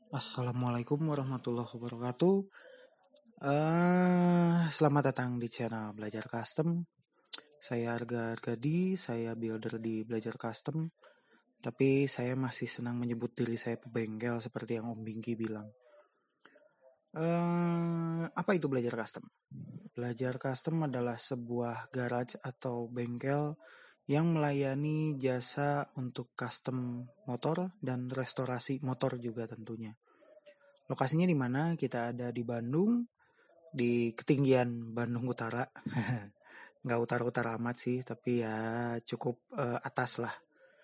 Assalamualaikum warahmatullahi wabarakatuh. Selamat datang di channel Belajar Custom. Saya Arga Argadi, saya builder di Belajar Custom. Tapi saya masih senang menyebut diri saya pebengkel seperti yang Om Bingki bilang. Apa itu Belajar Custom? Belajar Custom adalah sebuah garage atau bengkel yang melayani jasa untuk custom motor dan restorasi motor juga tentunya. Lokasinya di mana? Kita ada di Bandung, di ketinggian Bandung Utara. Nggak utara-utara amat sih, tapi ya cukup atas lah.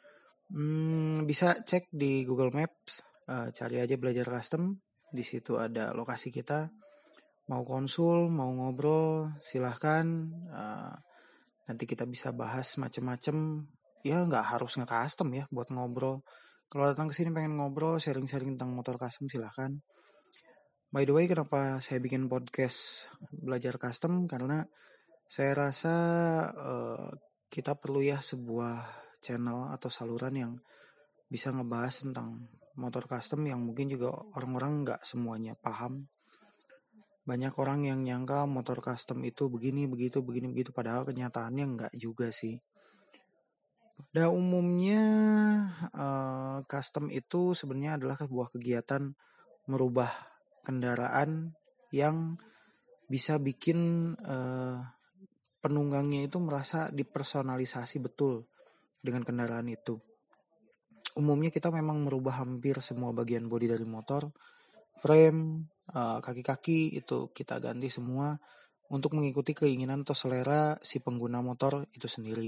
Bisa cek di Google Maps, cari aja Belajar Custom. Di situ ada lokasi kita. Mau konsul, mau ngobrol, silahkan. Nanti kita bisa bahas macem-macem. Ya nggak harus nge-custom ya buat ngobrol. Kalau datang ke sini pengen ngobrol, sharing-sharing tentang motor custom silahkan. By the way, kenapa saya bikin podcast Belajar Custom? Karena saya rasa kita perlu ya sebuah channel atau saluran yang bisa ngebahas tentang motor custom yang mungkin juga orang-orang nggak semuanya paham. Banyak orang yang nyangka motor custom itu begini, begitu, padahal kenyataannya nggak juga sih. Pada umumnya custom itu sebenarnya adalah sebuah kegiatan merubah kendaraan yang bisa bikin penunggangnya itu merasa dipersonalisasi betul dengan kendaraan itu. Umumnya kita memang merubah hampir semua bagian bodi dari motor, frame, kaki-kaki itu kita ganti semua untuk mengikuti keinginan atau selera si pengguna motor itu sendiri.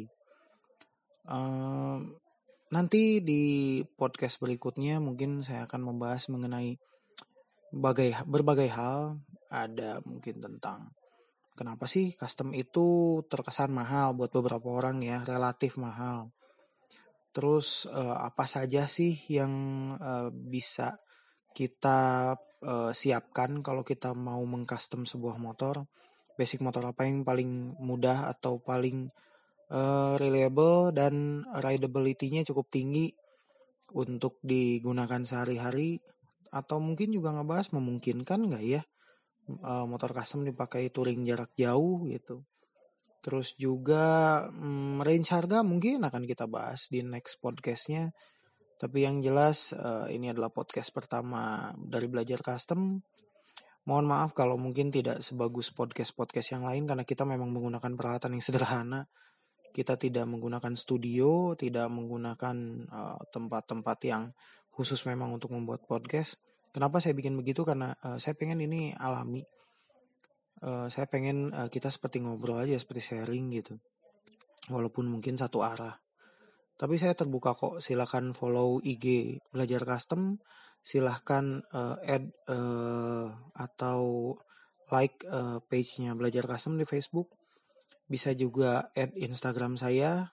Nanti di podcast berikutnya mungkin saya akan membahas mengenai berbagai hal. Ada mungkin tentang kenapa sih custom itu terkesan mahal buat beberapa orang ya, relatif mahal. Terus apa saja sih yang bisa kita siapkan kalau kita mau mengcustom sebuah motor? Basic motor apa yang paling mudah atau paling reliable dan rideability-nya cukup tinggi untuk digunakan sehari-hari? Atau mungkin juga ngebahas memungkinkan nggak ya motor custom dipakai touring jarak jauh gitu. Terus juga range harga mungkin akan kita bahas di next podcastnya. Tapi yang jelas ini adalah podcast pertama dari Belajar Custom. Mohon maaf kalau mungkin tidak sebagus podcast-podcast yang lain karena kita memang menggunakan peralatan yang sederhana. Kita tidak menggunakan studio, tidak menggunakan tempat-tempat yang khusus memang untuk membuat podcast. Kenapa saya bikin begitu? Karena saya pengen ini alami. Saya pengen kita seperti ngobrol aja, seperti sharing gitu. Walaupun mungkin satu arah. Tapi saya terbuka kok, silahkan follow IG Belajar Custom, silahkan add atau like page-nya Belajar Custom di Facebook. Bisa juga add Instagram saya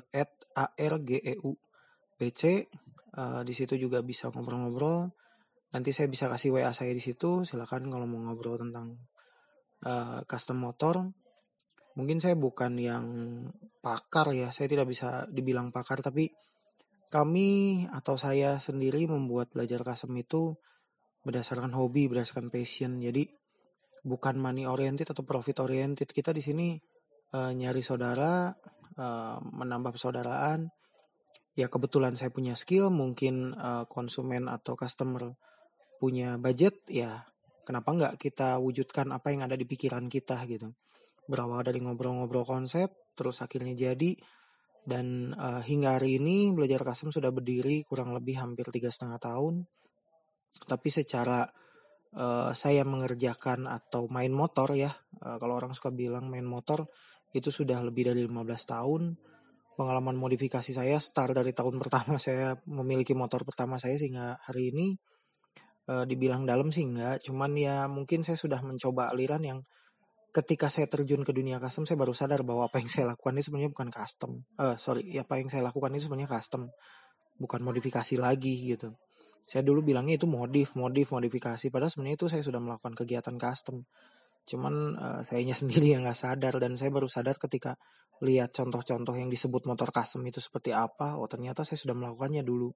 @argeubc. Di situ juga bisa ngobrol-ngobrol. Nanti saya bisa kasih WA saya di situ, silahkan kalau mau ngobrol tentang custom motor. Mungkin saya bukan yang pakar ya, saya tidak bisa dibilang pakar, tapi kami atau saya sendiri membuat Belajar Custom itu berdasarkan hobi, berdasarkan passion. Jadi bukan money oriented atau profit oriented. Kita di sini nyari saudara, menambah persaudaraan. Ya kebetulan saya punya skill, mungkin konsumen atau customer punya budget, ya kenapa nggak kita wujudkan apa yang ada di pikiran kita gitu. Berawal dari ngobrol-ngobrol konsep, terus akhirnya jadi. Dan hingga hari ini Belajar Custom sudah berdiri kurang lebih hampir 3,5 tahun. Tapi secara saya mengerjakan atau main motor ya, kalau orang suka bilang main motor, itu sudah lebih dari 15 tahun. Pengalaman modifikasi saya start dari tahun pertama saya memiliki motor pertama saya sehingga hari ini dibilang dalam sih enggak. Cuman ya mungkin saya sudah mencoba aliran yang ketika saya terjun ke dunia custom, saya baru sadar bahwa apa yang saya lakukan ini sebenarnya bukan custom. Apa yang saya lakukan itu sebenarnya custom, bukan modifikasi lagi gitu. Saya dulu bilangnya itu modifikasi, padahal sebenarnya itu saya sudah melakukan kegiatan custom. Cuman sayanya sendiri yang nggak sadar, dan saya baru sadar ketika lihat contoh-contoh yang disebut motor custom itu seperti apa. Oh ternyata saya sudah melakukannya dulu.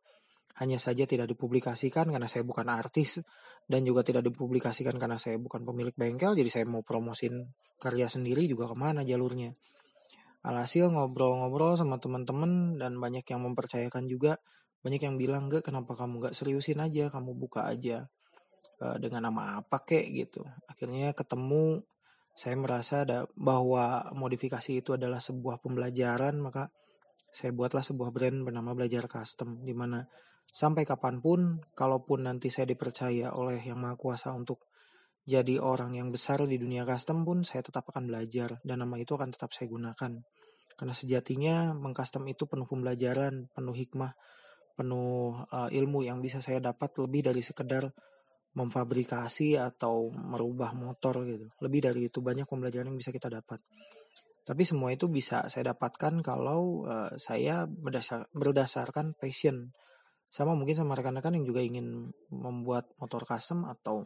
Hanya saja tidak dipublikasikan karena saya bukan artis, dan juga tidak dipublikasikan karena saya bukan pemilik bengkel, jadi saya mau promosin karya sendiri juga kemana jalurnya. Alhasil ngobrol-ngobrol sama teman-teman dan banyak yang mempercayakan juga, banyak yang bilang, "Enggak, kenapa kamu nggak seriusin aja, kamu buka aja dengan nama apa kek," gitu. Akhirnya ketemu, saya merasa bahwa modifikasi itu adalah sebuah pembelajaran, maka saya buatlah sebuah brand bernama Belajar Custom, di mana sampai kapanpun, kalaupun nanti saya dipercaya oleh Yang Maha Kuasa untuk jadi orang yang besar di dunia custom pun, saya tetap akan belajar, dan nama itu akan tetap saya gunakan. Karena sejatinya mengcustom itu penuh pembelajaran, penuh hikmah, penuh ilmu yang bisa saya dapat lebih dari sekedar memfabrikasi atau merubah motor gitu. Lebih dari itu, banyak pembelajaran yang bisa kita dapat. Tapi semua itu bisa saya dapatkan kalau saya berdasarkan passion. Sama mungkin sama rekan-rekan yang juga ingin membuat motor custom atau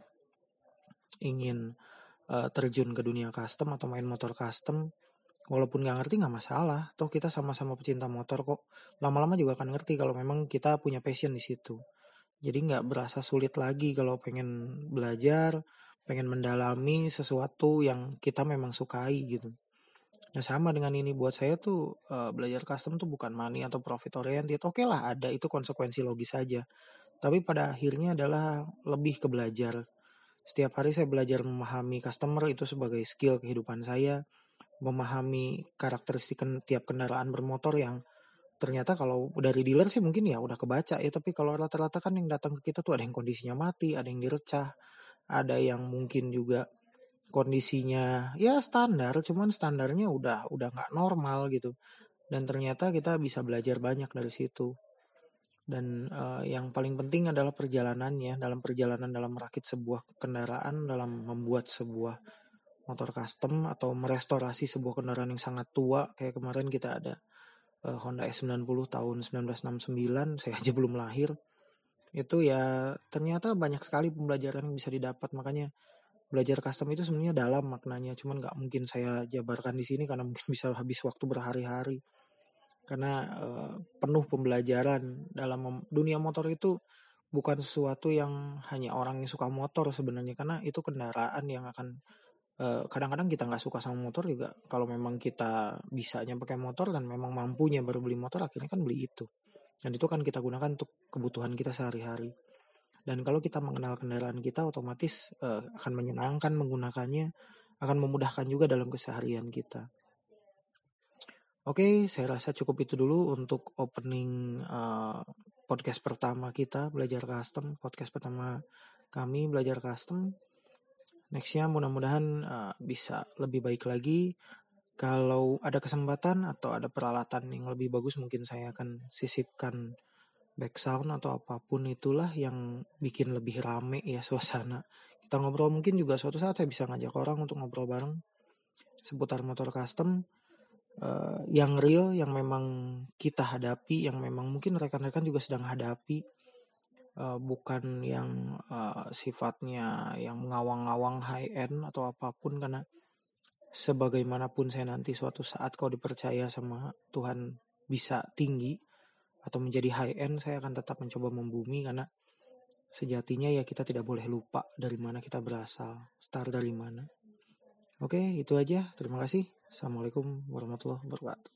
ingin terjun ke dunia custom atau main motor custom. Walaupun nggak ngerti nggak masalah. Toh kita sama-sama pecinta motor kok. Lama-lama juga akan ngerti kalau memang kita punya passion di situ. Jadi nggak berasa sulit lagi kalau pengen belajar, pengen mendalami sesuatu yang kita memang sukai gitu. Nah sama dengan ini, buat saya tuh belajar custom tuh bukan money atau profit oriented. Oke lah, ada, itu konsekuensi logis saja. Tapi pada akhirnya adalah lebih ke belajar. Setiap hari saya belajar memahami customer itu sebagai skill kehidupan saya. Memahami karakteristik tiap kendaraan bermotor yang ternyata kalau dari dealer sih mungkin ya udah kebaca ya. Tapi kalau rata-rata kan yang datang ke kita tuh ada yang kondisinya mati, ada yang direcah, ada yang mungkin juga kondisinya ya standar, cuman standarnya udah nggak normal gitu. Dan ternyata kita bisa belajar banyak dari situ. Dan yang paling penting adalah perjalanannya, dalam perjalanan dalam merakit sebuah kendaraan, dalam membuat sebuah motor custom atau merestorasi sebuah kendaraan yang sangat tua. Kayak kemarin kita ada Honda S90 tahun 1969, saya aja belum lahir. Itu ya ternyata banyak sekali pembelajaran yang bisa didapat. Makanya belajar custom itu sebenarnya dalam maknanya, cuman nggak mungkin saya jabarkan di sini karena mungkin bisa habis waktu berhari-hari. Karena penuh pembelajaran dalam dunia motor itu, bukan sesuatu yang hanya orang yang suka motor sebenarnya, karena itu kendaraan yang akan kadang-kadang kita nggak suka sama motor juga. Kalau memang kita bisanya pakai motor dan memang mampunya baru beli motor, akhirnya kan beli itu. Dan itu kan kita gunakan untuk kebutuhan kita sehari-hari. Dan kalau kita mengenal kendaraan kita, otomatis akan menyenangkan menggunakannya, akan memudahkan juga dalam keseharian kita. Oke, saya rasa cukup itu dulu untuk opening podcast pertama kita, Belajar Custom. Podcast pertama kami, Belajar Custom. Nextnya mudah-mudahan bisa lebih baik lagi. Kalau ada kesempatan atau ada peralatan yang lebih bagus, mungkin saya akan sisipkan back sound atau apapun itulah yang bikin lebih rame ya suasana. Kita ngobrol, mungkin juga suatu saat saya bisa ngajak orang untuk ngobrol bareng seputar motor custom yang real, yang memang kita hadapi, yang memang mungkin rekan-rekan juga sedang hadapi. Bukan yang sifatnya yang mengawang-awang high end atau apapun, karena sebagaimanapun saya nanti suatu saat kalau dipercaya sama Tuhan bisa tinggi atau menjadi high end, saya akan tetap mencoba membumi, karena sejatinya ya kita tidak boleh lupa dari mana kita berasal, start dari mana. Oke, itu aja. Terima kasih. Assalamualaikum warahmatullahi wabarakatuh.